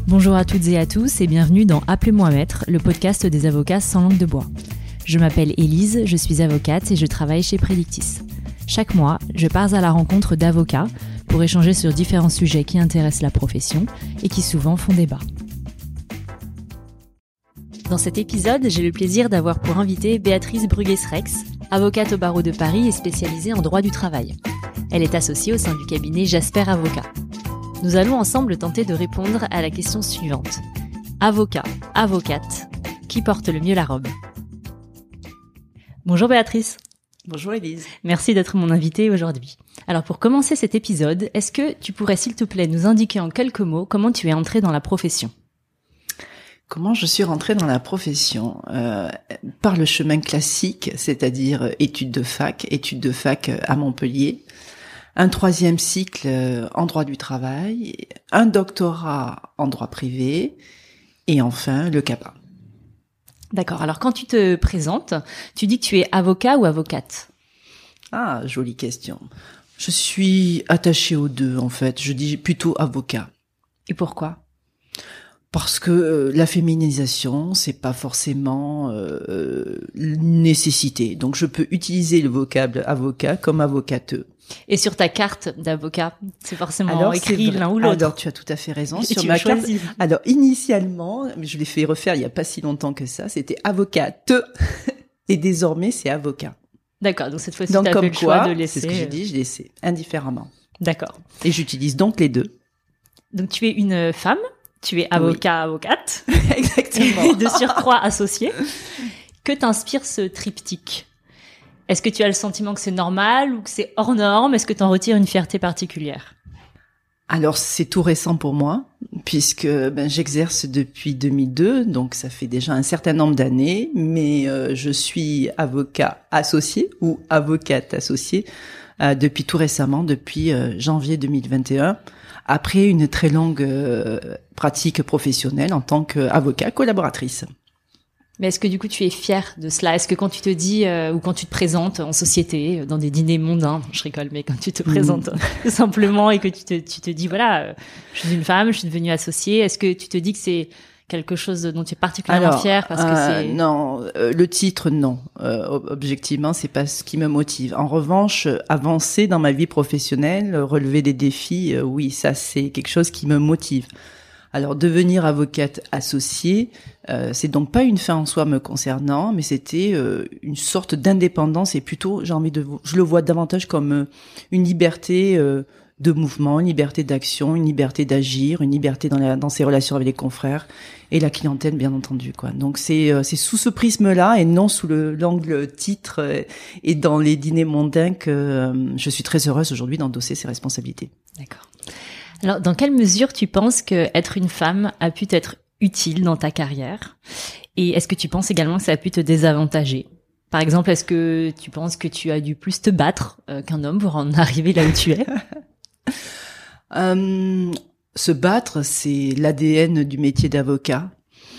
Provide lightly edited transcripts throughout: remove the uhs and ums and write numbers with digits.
Bonjour à toutes et à tous et bienvenue dans Appelez-moi Maître, le podcast des avocats sans langue de bois. Je m'appelle Élise, je suis avocate et je travaille chez Predictis. Chaque mois, je pars à la rencontre d'avocats pour échanger sur différents sujets qui intéressent la profession et qui souvent font débat. Dans cet épisode, j'ai le plaisir d'avoir pour invitée Béatrice Bruguès-Rex, avocate au barreau de Paris et spécialisée en droit du travail. Elle est associée au sein du cabinet Jasper Avocat. Nous allons ensemble tenter de répondre à la question suivante. Avocat, avocate, qui porte le mieux la robe ? Bonjour Béatrice. Bonjour Élise. Merci d'être mon invitée aujourd'hui. Alors pour commencer cet épisode, est-ce que tu pourrais s'il te plaît nous indiquer en quelques mots comment tu es entrée dans la profession ? Comment je suis rentrée dans la profession ? Par le chemin classique, c'est-à-dire études de fac à Montpellier, un 3e cycle en droit du travail, un doctorat en droit privé et enfin le CAPA. D'accord, alors quand tu te présentes, tu dis que tu es avocat ou avocate ? Ah, jolie question. Je suis attachée aux deux en fait, je dis plutôt avocat. Et pourquoi ? Parce que la féminisation, c'est pas forcément une nécessité. Donc je peux utiliser le vocable avocat comme avocateux. Et sur ta carte d'avocat, c'est forcément écrit l'un ou l'autre. Alors tu as tout à fait raison. Et sur tu ma as carte. choisi. Alors initialement, je l'ai fait refaire il y a pas si longtemps que ça. C'était avocate et désormais c'est avocat. D'accord. Donc cette fois-ci, donc tu as comme fait le choix quoi, de laisser. C'est ce que j'ai dit, je laissais indifféremment. D'accord. Et j'utilise donc les deux. Donc tu es une femme. Tu es avocat, avocate. Exactement. Et de surcroît associée. Que t'inspire ce triptyque ? Est-ce que tu as le sentiment que c'est normal ou que c'est hors norme ? Est-ce que tu en retires une fierté particulière ? Alors c'est tout récent pour moi, puisque j'exerce depuis 2002, donc ça fait déjà un certain nombre d'années, mais je suis avocat associé ou avocate associée depuis tout récemment, depuis janvier 2021, après une très longue pratique professionnelle en tant qu'avocat collaboratrice. Mais est-ce que du coup tu es fière de cela ? Est-ce que quand tu te dis ou quand tu te présentes en société, dans des dîners mondains, je rigole, mais quand tu te présentes tout simplement et que tu te dis voilà, je suis une femme, je suis devenue associée, est-ce que tu te dis que c'est quelque chose dont tu es particulièrement fière parce que c'est... Non, le titre non. Objectivement, c'est pas ce qui me motive. En revanche, avancer dans ma vie professionnelle, relever des défis, oui, ça c'est quelque chose qui me motive. Alors devenir avocate associée, c'est donc pas une fin en soi me concernant, mais c'était une sorte d'indépendance et plutôt je le vois davantage comme une liberté de mouvement, une liberté d'action, une liberté d'agir, une liberté dans ses relations avec les confrères et la clientèle bien entendu quoi. Donc c'est sous ce prisme-là et non sous l'angle titre et dans les dîners mondains que je suis très heureuse aujourd'hui d'endosser ces responsabilités. D'accord. Alors, dans quelle mesure tu penses que être une femme a pu t'être utile dans ta carrière ? Et est-ce que tu penses également que ça a pu te désavantager ? Par exemple, est-ce que tu penses que tu as dû plus te battre qu'un homme pour en arriver là où tu es ? Se battre, c'est l'ADN du métier d'avocat.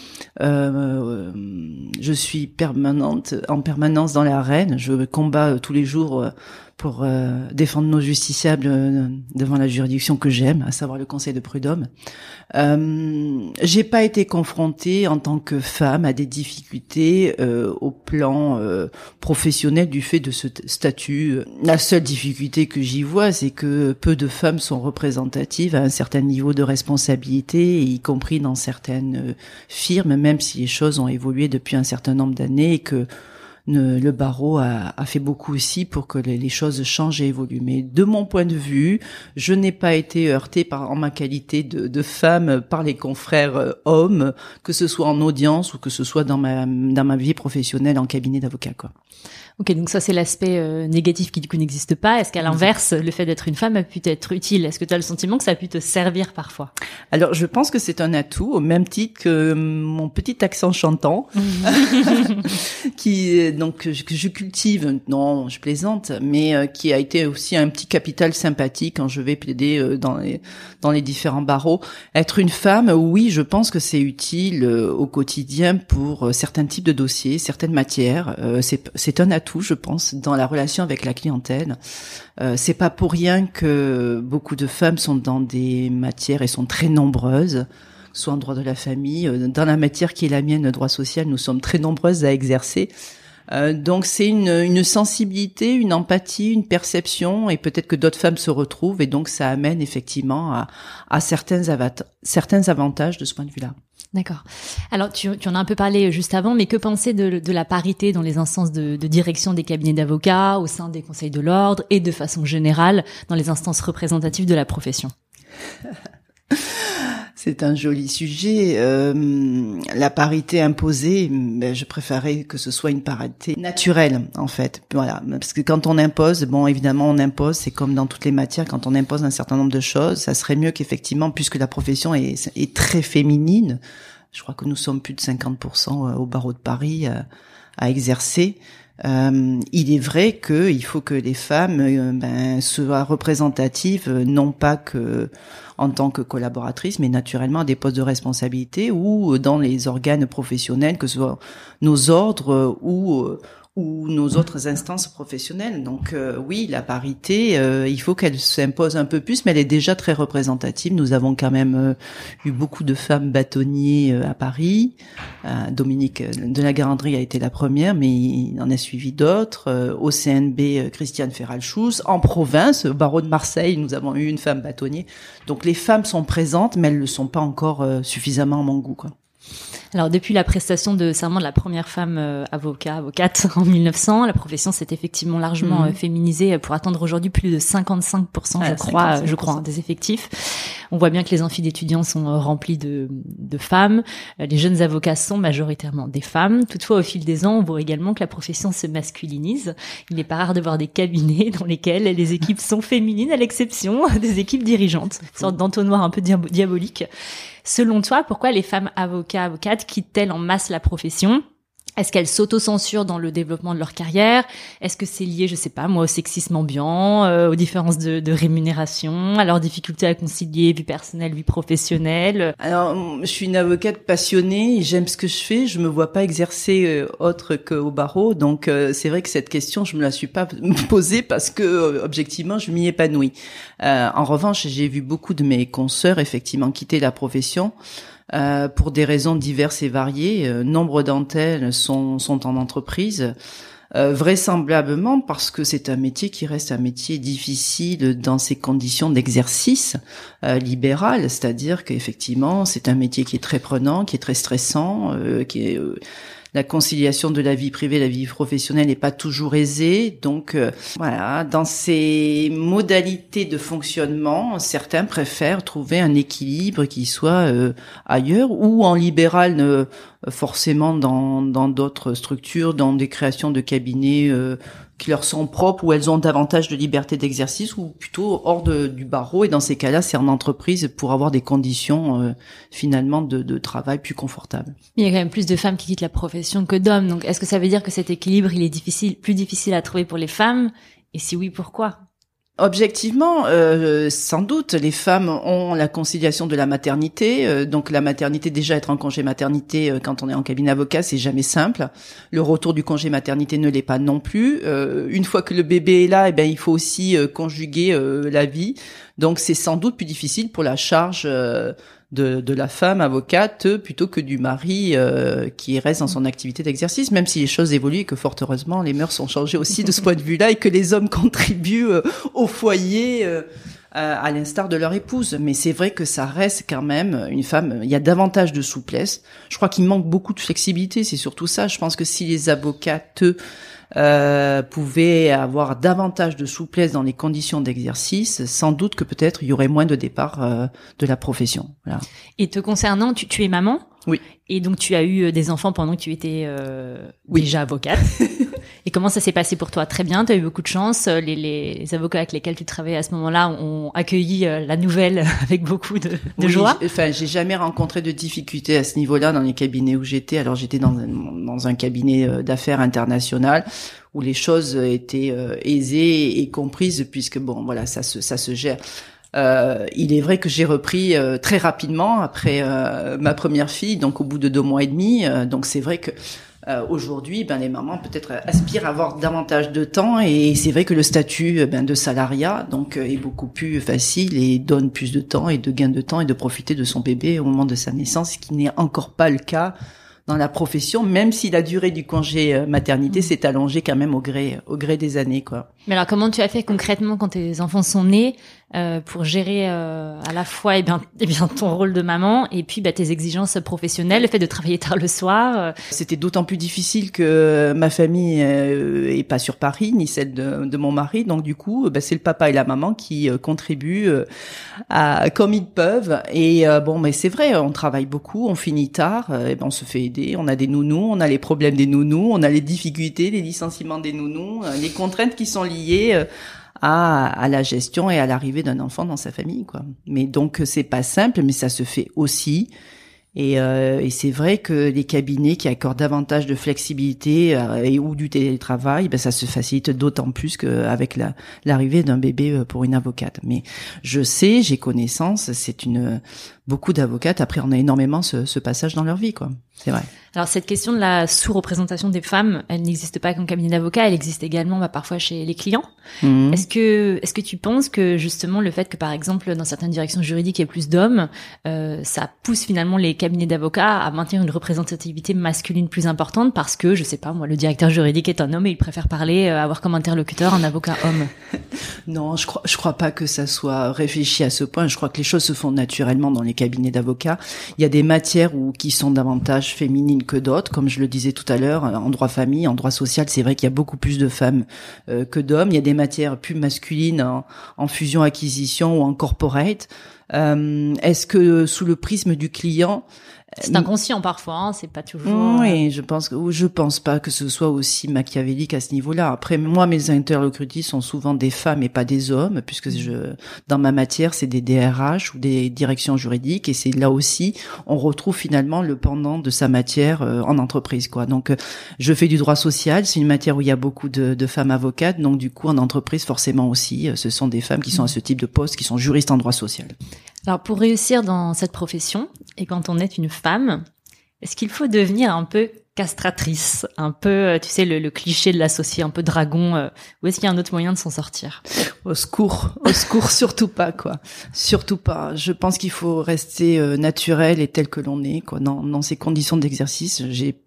Je suis en permanence dans l'arène. Je combats tous les jours pour défendre nos justiciables devant la juridiction que j'aime, à savoir le Conseil de prud'homme. J'ai pas été confrontée en tant que femme à des difficultés au plan professionnel du fait de ce statut. La seule difficulté que j'y vois, c'est que peu de femmes sont représentatives à un certain niveau de responsabilité, y compris dans certaines firmes, même si les choses ont évolué depuis un certain nombre d'années et que le barreau a fait beaucoup aussi pour que les choses changent et évoluent. Mais de mon point de vue, je n'ai pas été heurtée en ma qualité de femme par les confrères hommes, que ce soit en audience ou que ce soit dans ma vie professionnelle en cabinet d'avocat, quoi. Ok, donc ça c'est l'aspect négatif qui du coup n'existe pas. Est-ce qu'à l'inverse, le fait d'être une femme a pu t'être utile ? Est-ce que tu as le sentiment que ça a pu te servir parfois ? Alors je pense que c'est un atout, au même titre que mon petit accent chantant, que je cultive, non je plaisante, mais qui a été aussi un petit capital sympathie quand je vais plaider dans les différents barreaux. Être une femme, oui, je pense que c'est utile au quotidien pour certains types de dossiers, certaines matières. C'est un atout, je pense, dans la relation avec la clientèle. C'est pas pour rien que beaucoup de femmes sont dans des matières et sont très nombreuses, soit en droit de la famille, dans la matière qui est la mienne, le droit social, nous sommes très nombreuses à exercer. Donc c'est une sensibilité, une empathie, une perception, et peut-être que d'autres femmes se retrouvent, et donc ça amène effectivement à certains avantages de ce point de vue-là. D'accord. Alors tu en as un peu parlé juste avant, mais que penser de la parité dans les instances de direction des cabinets d'avocats, au sein des conseils de l'ordre et de façon générale dans les instances représentatives de la profession? C'est un joli sujet. La parité imposée, je préférais que ce soit une parité naturelle, en fait. Voilà, parce que quand on impose, bon, évidemment, on impose. C'est comme dans toutes les matières, quand on impose un certain nombre de choses, ça serait mieux qu'effectivement, puisque la profession est très féminine. Je crois que nous sommes plus de 50% au barreau de Paris à exercer. Il est vrai qu'il faut que les femmes soient représentatives, non pas que en tant que collaboratrices, mais naturellement à des postes de responsabilité ou dans les organes professionnels, que ce soit nos ordres ou nos autres instances professionnelles. Donc oui, la parité, il faut qu'elle s'impose un peu plus, mais elle est déjà très représentative. Nous avons quand même eu beaucoup de femmes bâtonniers à Paris. Dominique de la Garandrie a été la première, mais il en a suivi d'autres. Au CNB, Christiane Ferralchous. En province, au barreau de Marseille, nous avons eu une femme bâtonnier. Donc les femmes sont présentes, mais elles ne le sont pas encore suffisamment à mon goût, quoi. Alors, depuis la prestation de serment de la première femme avocate en 1900, la profession s'est effectivement largement féminisée pour atteindre aujourd'hui plus de 55%, je crois, des effectifs. On voit bien que les amphis d'étudiants sont remplis de femmes. Les jeunes avocats sont majoritairement des femmes. Toutefois, au fil des ans, on voit également que la profession se masculinise. Il n'est pas rare de voir des cabinets dans lesquels les équipes sont féminines, à l'exception des équipes dirigeantes. Une sorte d'entonnoir un peu diabolique. Selon toi, pourquoi les femmes avocates quittent-elles en masse la profession ? Est-ce qu'elles s'autocensurent dans le développement de leur carrière ? Est-ce que c'est lié, je sais pas, moi, au sexisme ambiant, aux différences de rémunération, à leur difficulté à concilier vie personnelle, vie professionnelle ? Alors, je suis une avocate passionnée, j'aime ce que je fais, je me vois pas exercer autre qu'au barreau, donc c'est vrai que cette question, je me la suis pas posée parce que objectivement, je m'y épanouis. En revanche, j'ai vu beaucoup de mes consoeurs effectivement quitter la profession. Pour des raisons diverses et variées. Nombre d'entre elles sont en entreprise, vraisemblablement parce que c'est un métier qui reste un métier difficile dans ses conditions d'exercice libéral, c'est-à-dire qu'effectivement c'est un métier qui est très prenant, qui est très stressant, qui est la conciliation de la vie privée et la vie professionnelle n'est pas toujours aisée. Donc voilà, dans ces modalités de fonctionnement, certains préfèrent trouver un équilibre qui soit ailleurs ou en libéral, forcément dans d'autres structures, dans des créations de cabinets qui leur sont propres, où elles ont davantage de liberté d'exercice, ou plutôt hors du barreau. Et dans ces cas-là, c'est en entreprise pour avoir des conditions finalement de travail plus confortables. Il y a quand même plus de femmes qui quittent la profession que d'hommes. Donc, est-ce que ça veut dire que cet équilibre, il est plus difficile à trouver pour les femmes ? Et si oui, pourquoi ? Objectivement, sans doute, les femmes ont la conciliation de la maternité. Donc la maternité, déjà être en congé maternité quand on est en cabinet avocat, c'est jamais simple. Le retour du congé maternité ne l'est pas non plus. Une fois que le bébé est là, eh ben il faut aussi conjuguer la vie. Donc c'est sans doute plus difficile pour la charge de la femme avocate plutôt que du mari qui reste dans son activité d'exercice, même si les choses évoluent et que fort heureusement les mœurs ont changé aussi de ce point de vue-là et que les hommes contribuent au foyer à l'instar de leur épouse. Mais c'est vrai que ça reste quand même une femme, il y a davantage de souplesse. Je crois qu'il manque beaucoup de flexibilité, c'est surtout ça. Je pense que si les avocates pouvaient avoir davantage de souplesse dans les conditions d'exercice, sans doute que peut-être il y aurait moins de départs de la profession. Voilà. Et te concernant, tu es maman ? Oui. Et donc tu as eu des enfants pendant que tu étais déjà avocate. Et comment ça s'est passé pour toi ? Très bien, tu as eu beaucoup de chance. Les avocats avec lesquels tu travaillais à ce moment-là ont accueilli la nouvelle avec beaucoup de joie. J'ai jamais rencontré de difficultés à ce niveau-là dans les cabinets où j'étais. Alors j'étais dans un cabinet d'affaires international où les choses étaient aisées et comprises puisque bon voilà ça se gère. Il est vrai que j'ai repris très rapidement après ma première fille, donc au bout de 2 mois et demi. Donc c'est vrai que Aujourd'hui, les mamans peut-être aspirent à avoir davantage de temps, et c'est vrai que le statut de salariat donc est beaucoup plus facile et donne plus de temps et de gain de temps et de profiter de son bébé au moment de sa naissance, ce qui n'est encore pas le cas dans la profession, même si la durée du congé maternité s'est allongée quand même au gré des années, quoi. Mais alors, comment tu as fait concrètement quand tes enfants sont nés pour gérer à la fois ton rôle de maman et puis tes exigences professionnelles, le fait de travailler tard le soir? C'était d'autant plus difficile que ma famille est pas sur Paris, ni celle de mon mari, donc du coup, c'est le papa et la maman qui contribuent comme ils peuvent. Et mais c'est vrai, on travaille beaucoup, on finit tard, on se fait aider, on a des nounous, on a les problèmes des nounous, on a les difficultés, les licenciements des nounous, les contraintes qui sont liées à la gestion et à l'arrivée d'un enfant dans sa famille, quoi. Mais donc c'est pas simple, mais ça se fait aussi. Et c'est vrai que les cabinets qui accordent davantage de flexibilité et ou du télétravail, ça se facilite d'autant plus qu'avec l'arrivée d'un bébé pour une avocate. Mais je sais, j'ai connaissance, beaucoup d'avocates, après on a énormément ce passage dans leur vie, quoi. C'est vrai. Alors cette question de la sous-représentation des femmes, elle n'existe pas qu'en cabinet d'avocat, elle existe également parfois chez les clients. Mmh. Est-ce que tu penses que justement le fait que par exemple dans certaines directions juridiques il y ait plus d'hommes, ça pousse finalement les cabinets d'avocats à maintenir une représentativité masculine plus importante parce que, je sais pas moi, le directeur juridique est un homme et il préfère avoir comme interlocuteur un avocat homme? Non, je crois pas que ça soit réfléchi à ce point. Je crois que les choses se font naturellement dans les cabinets d'avocats. Il y a des matières qui sont davantage féminines que d'autres, comme je le disais tout à l'heure, en droit famille, en droit social, c'est vrai qu'il y a beaucoup plus de femmes que d'hommes. Il y a des matières plus masculines en fusion-acquisition ou en corporate. Est-ce que sous le prisme du client, c'est inconscient parfois, c'est pas toujours. Oui, je pense pas que ce soit aussi machiavélique à ce niveau-là. Après, moi, mes interlocuteurs sont souvent des femmes et pas des hommes, puisque dans ma matière, c'est des DRH ou des directions juridiques, et c'est là aussi, on retrouve finalement le pendant de sa matière en entreprise, quoi. Donc, je fais du droit social, c'est une matière où il y a beaucoup de femmes avocates, donc du coup, en entreprise, forcément aussi, ce sont des femmes qui sont à ce type de poste, qui sont juristes en droit social. Alors, pour réussir dans cette profession, et quand on est une femme, est-ce qu'il faut devenir un peu castratrice, un peu, tu sais, le cliché de l'associé un peu dragon, ou est-ce qu'il y a un autre moyen de s'en sortir? Au secours, surtout pas, quoi. Surtout pas. Je pense qu'il faut rester naturel et tel que l'on est, quoi. Dans ces conditions d'exercice,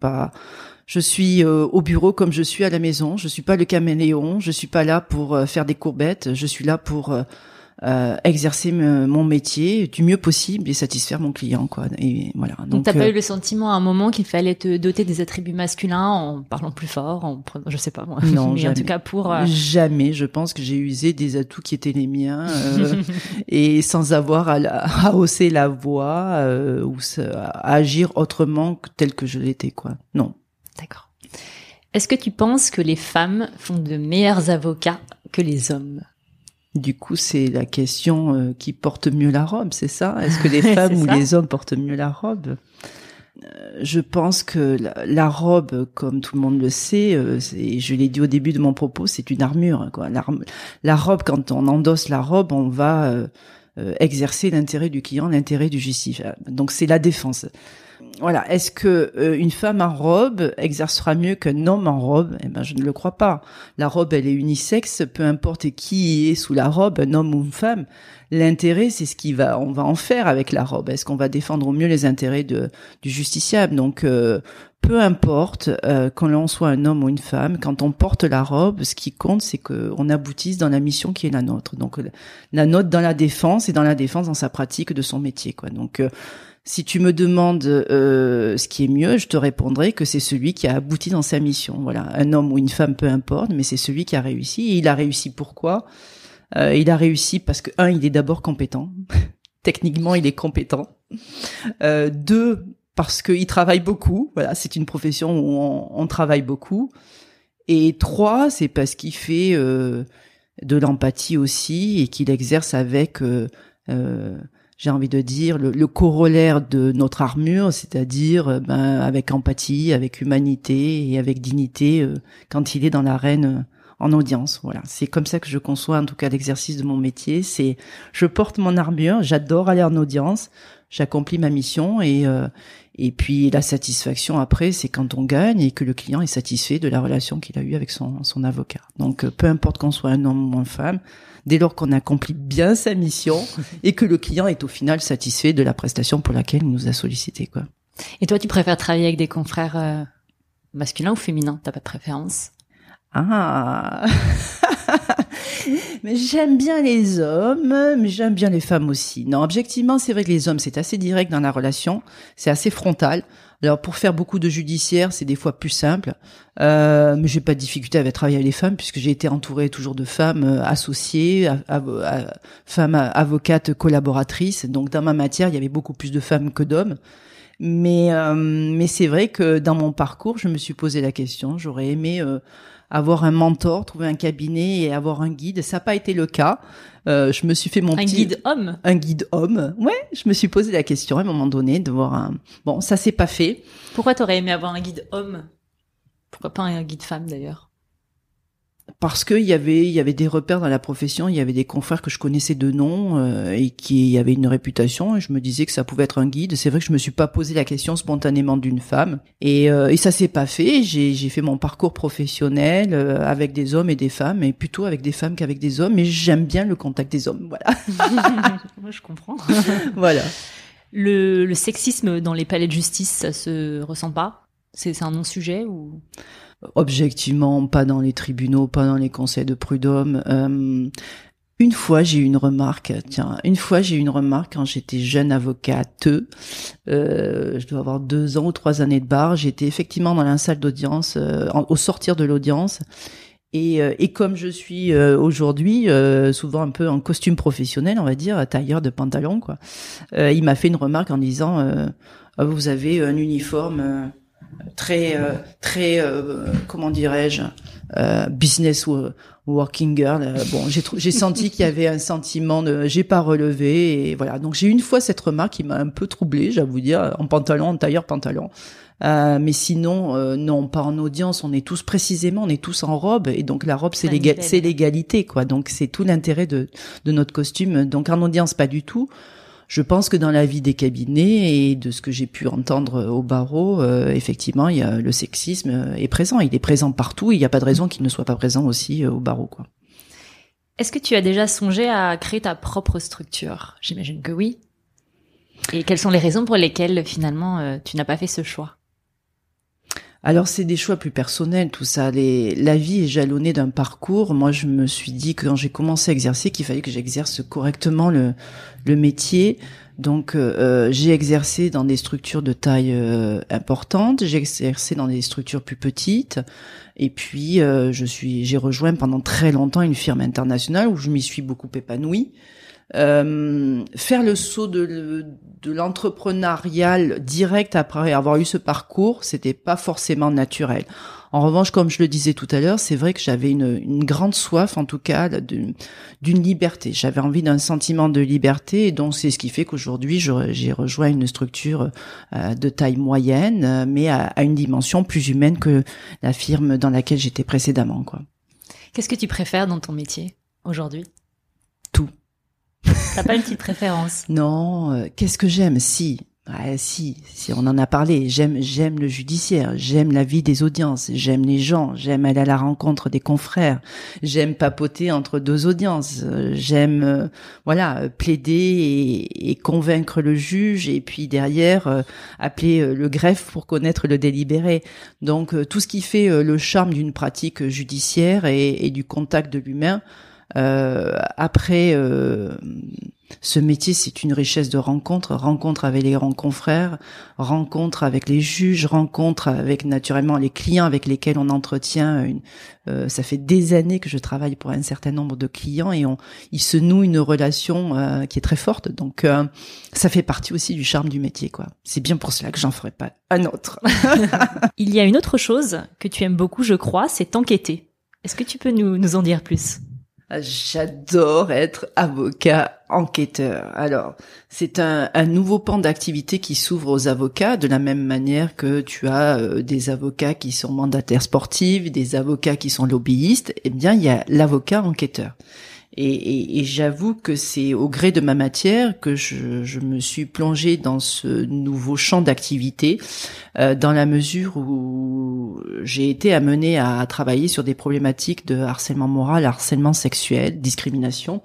je suis au bureau comme je suis à la maison. Je suis pas le caméléon. Je suis pas là pour faire des courbettes. Je suis là pour exercer mon métier du mieux possible et satisfaire mon client, quoi. Et voilà. Donc t'as pas eu le sentiment à un moment qu'il fallait te doter des attributs masculins en parlant plus fort, je sais pas moi. Non, mais jamais. En tout cas Jamais. Je pense que j'ai usé des atouts qui étaient les miens et sans avoir à hausser la voix ou à agir autrement que tel que je l'étais, quoi. Non. D'accord. Est-ce que tu penses que les femmes font de meilleurs avocats que les hommes? Du coup, c'est la question qui porte mieux la robe, c'est ça? Est-ce que les femmes ou les hommes portent mieux la robe? Je pense que la robe, comme tout le monde le sait, je l'ai dit au début de mon propos, c'est une armure, quoi. La robe, quand on endosse la robe, on va exercer l'intérêt du client, l'intérêt du justiciable. Donc c'est la défense. Voilà. Est-ce que une femme en robe exercera mieux qu'un homme en robe? Je ne le crois pas. La robe, elle est unisexe, peu importe qui est sous la robe, un homme ou une femme. L'intérêt, c'est on va en faire avec la robe. Est-ce qu'on va défendre au mieux les intérêts du justiciable? Donc, peu importe qu'on l'on soit un homme ou une femme, quand on porte la robe, ce qui compte, c'est qu'on aboutisse dans la mission qui est la nôtre. Donc, la nôtre dans la défense et dans la défense dans sa pratique de son métier, quoi. Donc, si tu me demandes ce qui est mieux, je te répondrai que c'est celui qui a abouti dans sa mission. Voilà, un homme ou une femme, peu importe, mais c'est celui qui a réussi. Et il a réussi pourquoi? Il a réussi parce que il est d'abord compétent. Techniquement, il est compétent. 2, parce qu'il travaille beaucoup. Voilà, c'est une profession où on travaille beaucoup. Et 3, c'est parce qu'il fait de l'empathie aussi et qu'il exerce avec j'ai envie de dire le corollaire de notre armure, c'est-à-dire avec empathie, avec humanité et avec dignité quand il est dans l'arène en audience. Voilà, c'est comme ça que je conçois en tout cas l'exercice de mon métier. Je porte mon armure, j'adore aller en audience, j'accomplis ma mission et Et puis la satisfaction après, c'est quand on gagne et que le client est satisfait de la relation qu'il a eue avec son avocat. Donc peu importe qu'on soit un homme ou une femme, dès lors qu'on accomplit bien sa mission et que le client est au final satisfait de la prestation pour laquelle il nous a sollicité, quoi. Et toi, tu préfères travailler avec des confrères masculins ou féminins? T'as pas de préférence? Ah. Mais j'aime bien les hommes, mais j'aime bien les femmes aussi. Non, objectivement, c'est vrai que les hommes, c'est assez direct dans la relation, c'est assez frontal. Alors, pour faire beaucoup de judiciaire, c'est des fois plus simple. Mais j'ai pas de difficulté à travailler avec les femmes, puisque j'ai été entourée toujours de femmes associées, femmes avocates collaboratrices. Donc, dans ma matière, il y avait beaucoup plus de femmes que d'hommes. Mais c'est vrai que dans mon parcours, je me suis posé la question. J'aurais aimé avoir un mentor, trouver un cabinet et avoir un guide. Ça n'a pas été le cas. Je me suis fait mon Un guide homme. Un guide homme. Ouais, je me suis posé la question à un moment donné de voir un. Bon, ça s'est pas fait. Pourquoi t'aurais aimé avoir un guide homme? Pourquoi pas un guide femme d'ailleurs? Parce que il y avait des repères dans la profession, il y avait des confrères que je connaissais de nom et qui avaient une réputation, et je me disais que ça pouvait être un guide. C'est vrai que je me suis pas posé la question spontanément d'une femme, et ça s'est pas fait. J'ai fait mon parcours professionnel avec des hommes et des femmes, et plutôt avec des femmes qu'avec des hommes. Mais j'aime bien le contact des hommes, voilà. Moi, je comprends. Voilà. Le sexisme dans les palais de justice, ça se ressent pas? C'est un non-sujet ou? Objectivement, pas dans les tribunaux, pas dans les conseils de prud'homme. Une fois, j'ai eu une remarque. Quand j'étais jeune avocate. Je dois avoir 2 ans ou 3 années de barre. J'étais effectivement dans la salle d'audience, au sortir de l'audience. Et comme je suis aujourd'hui souvent un peu en costume professionnel, on va dire, tailleur de pantalon, quoi. Il m'a fait une remarque en disant vous avez un uniforme très comment dirais-je, business working girl. Bon, j'ai senti qu'il y avait un sentiment de j'ai pas relevé, et voilà. Donc j'ai eu une fois cette remarque qui m'a un peu troublée, j'avoue dire, en tailleur pantalon. Mais sinon, non, pas en audience. On est tous en robe, et donc la robe c'est l'égalité, quoi. Donc c'est tout l'intérêt de notre costume. Donc en audience, pas du tout. Je pense que dans la vie des cabinets et de ce que j'ai pu entendre au barreau, effectivement, il y a le sexisme est présent. Il est présent partout. Il n'y a pas de raison qu'il ne soit pas présent aussi au barreau, quoi. Est-ce que tu as déjà songé à créer ta propre structure? J'imagine que oui. Et quelles sont les raisons pour lesquelles finalement tu n'as pas fait ce choix? Alors c'est des choix plus personnels, tout ça. La vie est jalonnée d'un parcours. Moi, je me suis dit que quand j'ai commencé à exercer, qu'il fallait que j'exerce correctement le métier. Donc j'ai exercé dans des structures de taille importante, j'ai exercé dans des structures plus petites, et puis j'ai rejoint pendant très longtemps une firme internationale où je m'y suis beaucoup épanouie. Faire le saut de l'entrepreneurial direct après avoir eu ce parcours, c'était pas forcément naturel. En revanche, comme je le disais tout à l'heure, c'est vrai que j'avais une grande soif, en tout cas, d'une liberté. J'avais envie d'un sentiment de liberté, et donc c'est ce qui fait qu'aujourd'hui, j'ai rejoint une structure de taille moyenne, mais à une dimension plus humaine que la firme dans laquelle j'étais précédemment, quoi. Qu'est-ce que tu préfères dans ton métier aujourd'hui? Tout. T'as pas une petite préférence? Non, qu'est-ce que j'aime? Si on en a parlé, j'aime le judiciaire, j'aime la vie des audiences, j'aime les gens, j'aime aller à la rencontre des confrères, j'aime papoter entre 2 audiences, j'aime plaider et convaincre le juge, et puis derrière appeler le greffe pour connaître le délibéré. Donc tout ce qui fait le charme d'une pratique judiciaire et du contact de l'humain. Après, ce métier, c'est une richesse de rencontres avec les confrères, rencontres avec les juges, rencontres avec naturellement les clients avec lesquels on entretient ça fait des années que je travaille pour un certain nombre de clients, et il se noue une relation qui est très forte. Donc ça fait partie aussi du charme du métier, quoi. C'est bien pour cela que j'en ferai pas un autre. Il y a une autre chose que tu aimes beaucoup, je crois, c'est enquêter. Est-ce que tu peux nous en dire plus? J'adore être avocat enquêteur. Alors, c'est un nouveau pan d'activité qui s'ouvre aux avocats, de la même manière que tu as des avocats qui sont mandataires sportifs, des avocats qui sont lobbyistes. Eh bien, il y a l'avocat enquêteur. Et j'avoue que c'est au gré de ma matière que je me suis plongée dans ce nouveau champ d'activité, dans la mesure où j'ai été amenée à travailler sur des problématiques de harcèlement moral, harcèlement sexuel, discrimination.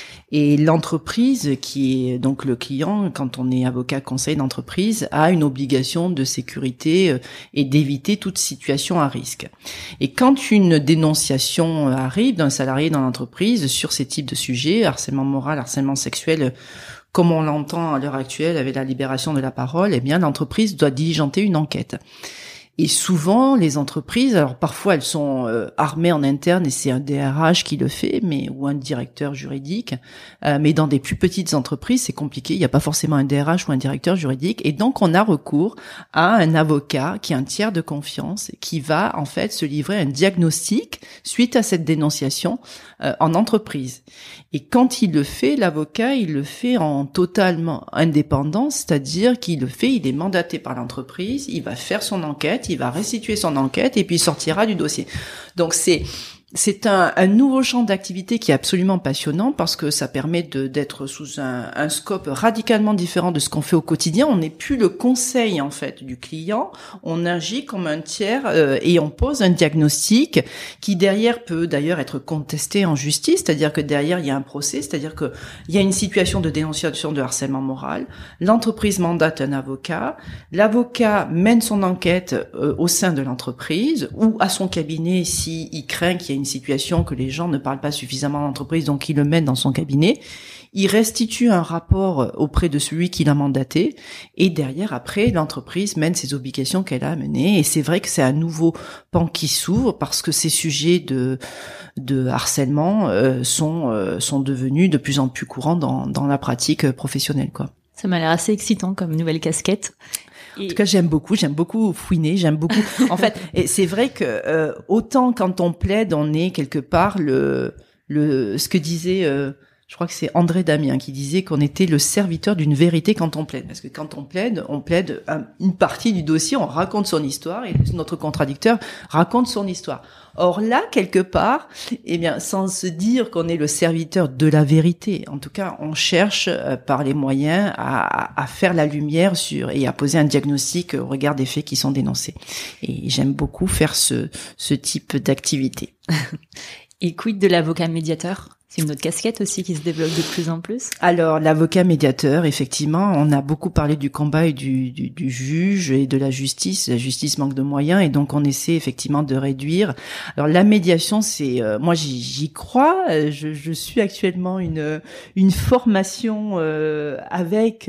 Et l'entreprise, qui est donc le client, quand on est avocat conseil d'entreprise, a une obligation de sécurité et d'éviter toute situation à risque. Et quand une dénonciation arrive d'un salarié dans l'entreprise sur ces types de sujets, harcèlement moral, harcèlement sexuel, comme on l'entend à l'heure actuelle avec la libération de la parole, eh bien l'entreprise doit diligenter une enquête. Et souvent, les entreprises, alors parfois elles sont armées en interne et c'est un DRH qui le fait, ou un directeur juridique. Mais dans des plus petites entreprises, c'est compliqué. Il n'y a pas forcément un DRH ou un directeur juridique. Et donc, on a recours à un avocat qui est un tiers de confiance, qui va en fait se livrer un diagnostic suite à cette dénonciation en entreprise. Et quand il le fait, l'avocat, il le fait en totalement indépendant, c'est-à-dire qu'il est mandaté par l'entreprise, il va faire son enquête, il va restituer son enquête et puis il sortira du dossier. Donc c'est un nouveau champ d'activité qui est absolument passionnant parce que ça permet d'être sous un scope radicalement différent de ce qu'on fait au quotidien. On n'est plus le conseil en fait du client, on agit comme un tiers et on pose un diagnostic qui derrière peut d'ailleurs être contesté en justice, c'est-à-dire que derrière il y a un procès, c'est-à-dire que il y a une situation de dénonciation de harcèlement moral, l'entreprise mandate un avocat, l'avocat mène son enquête au sein de l'entreprise ou à son cabinet s'il craint qu'il y ait une situation que les gens ne parlent pas suffisamment à l'entreprise, donc il le mène dans son cabinet. Il restitue un rapport auprès de celui qui l'a mandaté et derrière, après, l'entreprise mène ses obligations qu'elle a menées. Et c'est vrai que c'est un nouveau pan qui s'ouvre parce que ces sujets de harcèlement sont devenus de plus en plus courants dans la pratique professionnelle, quoi. Ça m'a l'air assez excitant comme nouvelle casquette. En tout cas, j'aime beaucoup fouiner, j'aime beaucoup. En fait, et c'est vrai que autant quand on plaide, on est quelque part ce que disait, je crois que c'est André Damien qui disait qu'on était le serviteur d'une vérité quand on plaide. Parce que quand on plaide une partie du dossier, on raconte son histoire et notre contradicteur raconte son histoire. Or là, quelque part, eh bien, sans se dire qu'on est le serviteur de la vérité, en tout cas, on cherche par les moyens à faire la lumière et à poser un diagnostic au regard des faits qui sont dénoncés. Et j'aime beaucoup faire ce type d'activité. Et quid de l'avocat médiateur ? C'est une autre casquette aussi qui se développe de plus en plus. Alors, l'avocat médiateur, effectivement, on a beaucoup parlé du combat et du juge et de la justice. La justice manque de moyens et donc on essaie effectivement de réduire. Alors, la médiation, c'est, moi, j'y crois. Je suis actuellement une formation avec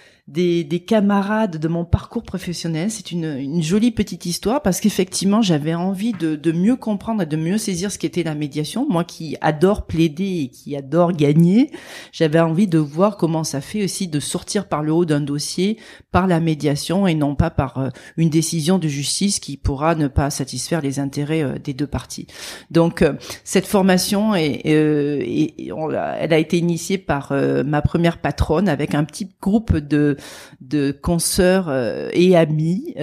des camarades de mon parcours professionnel. C'est une jolie petite histoire parce qu'effectivement, j'avais envie de mieux comprendre et de mieux saisir ce qu'était la médiation. Moi qui adore plaider et qui adore gagner, j'avais envie de voir comment ça fait aussi de sortir par le haut d'un dossier par la médiation et non pas par une décision de justice qui pourra ne pas satisfaire les intérêts des deux parties. Donc, cette formation elle a été initiée par ma première patronne avec un petit groupe de consoeurs et amis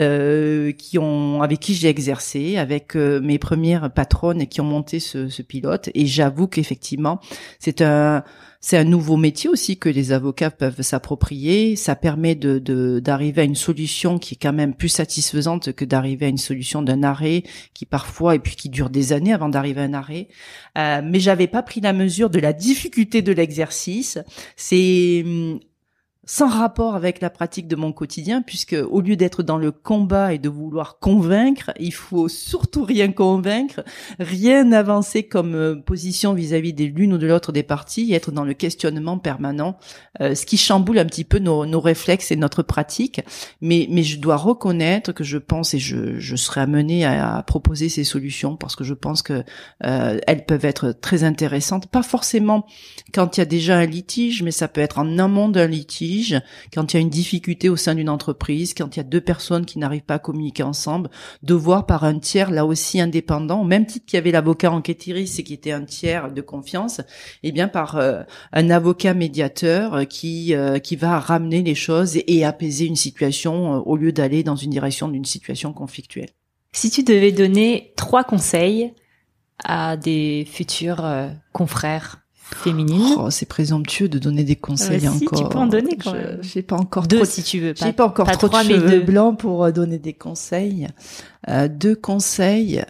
avec qui j'ai exercé, avec mes premières patronnes qui ont monté ce pilote. Et j'avoue qu'effectivement, c'est un nouveau métier aussi que les avocats peuvent s'approprier. Ça permet d'arriver à une solution qui est quand même plus satisfaisante que d'arriver à une solution d'un arrêt qui parfois et puis qui dure des années avant d'arriver à un arrêt. Mais j'avais pas pris la mesure de la difficulté de l'exercice. C'est sans rapport avec la pratique de mon quotidien, puisque au lieu d'être dans le combat et de vouloir convaincre, il faut surtout rien convaincre, rien avancer comme position vis-à-vis de l'une ou de l'autre des parties, et être dans le questionnement permanent, ce qui chamboule un petit peu nos réflexes et notre pratique. Mais je dois reconnaître que je pense, et je serai amenée à proposer ces solutions, parce que je pense que elles peuvent être très intéressantes, pas forcément quand il y a déjà un litige, mais ça peut être en amont d'un litige, quand il y a une difficulté au sein d'une entreprise, quand il y a deux personnes qui n'arrivent pas à communiquer ensemble, de voir par un tiers, là aussi indépendant, au même titre qu'il y avait l'avocat enquêtiriste et qui était un tiers de confiance, eh bien par un avocat médiateur qui va ramener les choses et apaiser une situation au lieu d'aller dans une direction d'une situation conflictuelle. Si tu devais donner 3 conseils à des futurs confrères, féminine. C'est présomptueux de donner des conseils si, encore. Tu peux en donner quand même. J'ai pas encore deux si tu veux. J'ai pas encore trop de cheveux blancs pour donner des conseils. 2 conseils.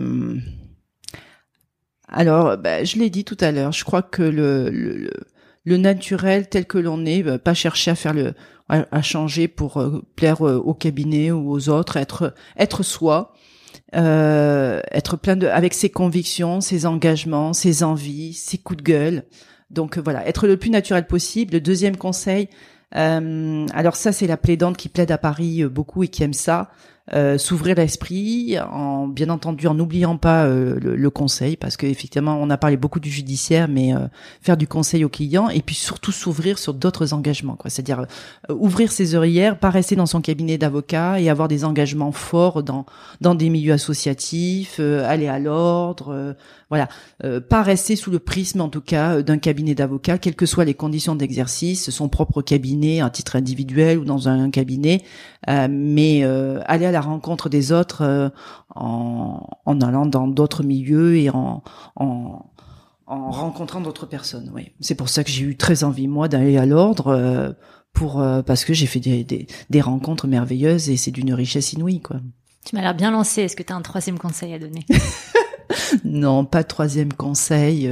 Alors, je l'ai dit tout à l'heure. Je crois que le naturel tel que l'on est, pas chercher à changer pour plaire au cabinet ou aux autres, être soi. Être plein avec ses convictions, ses engagements, ses envies, ses coups de gueule. Donc voilà, être le plus naturel possible. Le 2e conseil, alors ça c'est la plaidante qui plaide à Paris beaucoup et qui aime ça, s'ouvrir l'esprit, bien entendu en n'oubliant pas le conseil, parce que effectivement on a parlé beaucoup du judiciaire, mais faire du conseil aux clients et puis surtout s'ouvrir sur d'autres engagements, quoi. C'est-à-dire ouvrir ses œillères, pas rester dans son cabinet d'avocat et avoir des engagements forts dans des milieux associatifs, aller à l'ordre, voilà, pas rester sous le prisme en tout cas d'un cabinet d'avocat, quelles que soient les conditions d'exercice, son propre cabinet à titre individuel ou dans un cabinet, mais aller à la rencontre des autres en allant dans d'autres milieux et en rencontrant d'autres personnes. Oui, c'est pour ça que j'ai eu très envie moi d'aller à l'ordre parce que j'ai fait des rencontres merveilleuses et c'est d'une richesse inouïe, quoi. Tu m'as l'air bien lancé. Est-ce que tu as un 3e conseil à donner? Non, pas de 3e conseil.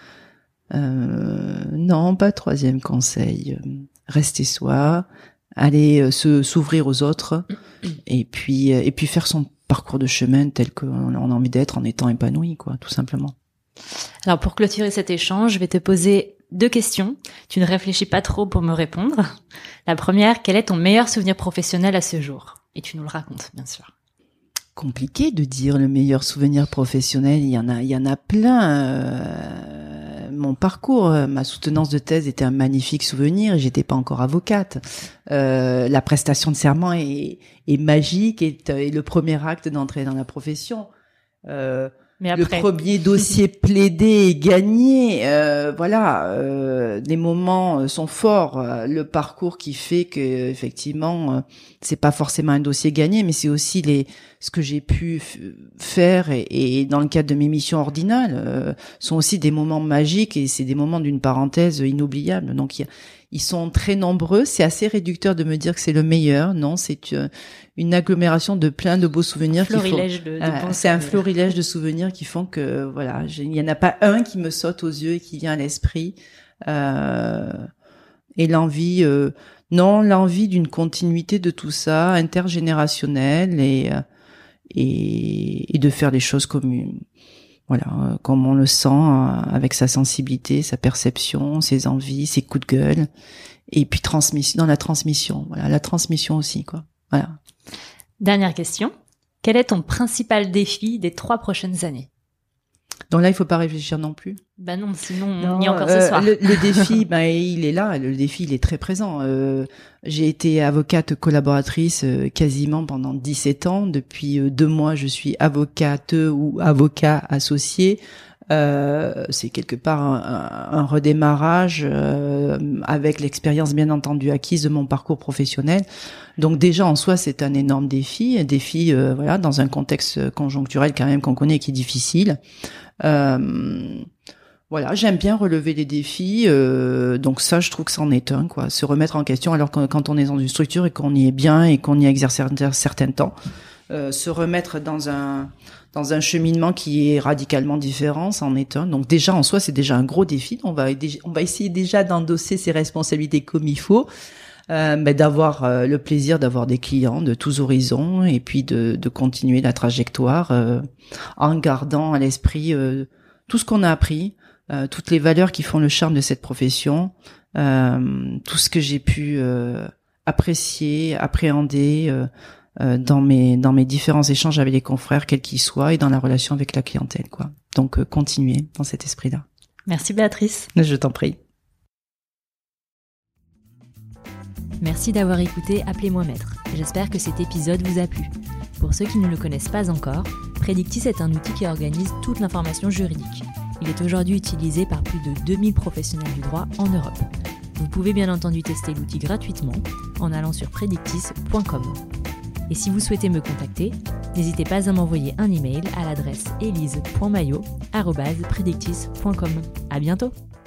Non, pas de 3e conseil. Rester soi, aller s'ouvrir aux autres et puis faire son parcours de chemin tel qu'on a envie d'être en étant épanoui, quoi, tout simplement. Alors pour clôturer cet échange, je vais te poser 2 questions. Tu ne réfléchis pas trop pour me répondre. La première, quel est ton meilleur souvenir professionnel à ce jour? Et tu nous le racontes, bien sûr. Compliqué de dire le meilleur souvenir professionnel, il y en a plein. Mon parcours, ma soutenance de thèse était un magnifique souvenir et j'étais pas encore avocate. La prestation de serment est magique et le premier acte d'entrée dans la profession. Mais après... Le premier dossier plaidé et gagné, voilà, les moments sont forts. Le parcours qui fait que effectivement, c'est pas forcément un dossier gagné, mais c'est aussi ce que j'ai pu faire et dans le cadre de mes missions ordinales sont aussi des moments magiques et c'est des moments d'une parenthèse inoubliable. Donc ils sont très nombreux. C'est assez réducteur de me dire que c'est le meilleur. Non, c'est une agglomération de plein de beaux souvenirs. C'est un florilège de souvenirs qui font que voilà, il y en a pas un qui me saute aux yeux et qui vient à l'esprit. Et l'envie d'une continuité de tout ça, intergénérationnelle et de faire les choses comme on le sent, avec sa sensibilité, sa perception, ses envies, ses coups de gueule, et puis dans la transmission. Voilà, la transmission aussi, quoi. Voilà. Dernière question. Quel est ton principal défi des 3 prochaines années? Donc là, il faut pas réfléchir non plus. Non, sinon on y est encore ce soir. Le défi, il est là. Le défi, il est très présent. J'ai été avocate collaboratrice quasiment pendant 17 ans. Depuis 2 mois, je suis avocate ou avocat associé. C'est quelque part un redémarrage avec l'expérience bien entendu acquise de mon parcours professionnel. Donc déjà en soi, c'est un énorme défi, dans un contexte conjoncturel quand même qu'on connaît et qui est difficile. J'aime bien relever les défis, donc ça, je trouve que c'en est un, quoi. Se remettre en question alors que quand on est dans une structure et qu'on y est bien et qu'on y exerce un certain temps, se remettre dans un cheminement qui est radicalement différent, c'en est un. Donc déjà en soi, c'est déjà un gros défi. On va essayer déjà d'endosser ses responsabilités comme il faut. D'avoir le plaisir d'avoir des clients de tous horizons et puis de continuer la trajectoire en gardant à l'esprit tout ce qu'on a appris, toutes les valeurs qui font le charme de cette profession, tout ce que j'ai pu apprécier, appréhender dans mes différents échanges avec les confrères, quels qu'ils soient, et dans la relation avec la clientèle, quoi. Donc continuer dans cet esprit-là. Merci Béatrice. Je t'en prie. Merci d'avoir écouté Appelez-moi Maître. J'espère que cet épisode vous a plu. Pour ceux qui ne le connaissent pas encore, Predictis est un outil qui organise toute l'information juridique. Il est aujourd'hui utilisé par plus de 2000 professionnels du droit en Europe. Vous pouvez bien entendu tester l'outil gratuitement en allant sur predictis.com. Et si vous souhaitez me contacter, n'hésitez pas à m'envoyer un email à l'adresse elise.maillot@predictis.com. À bientôt!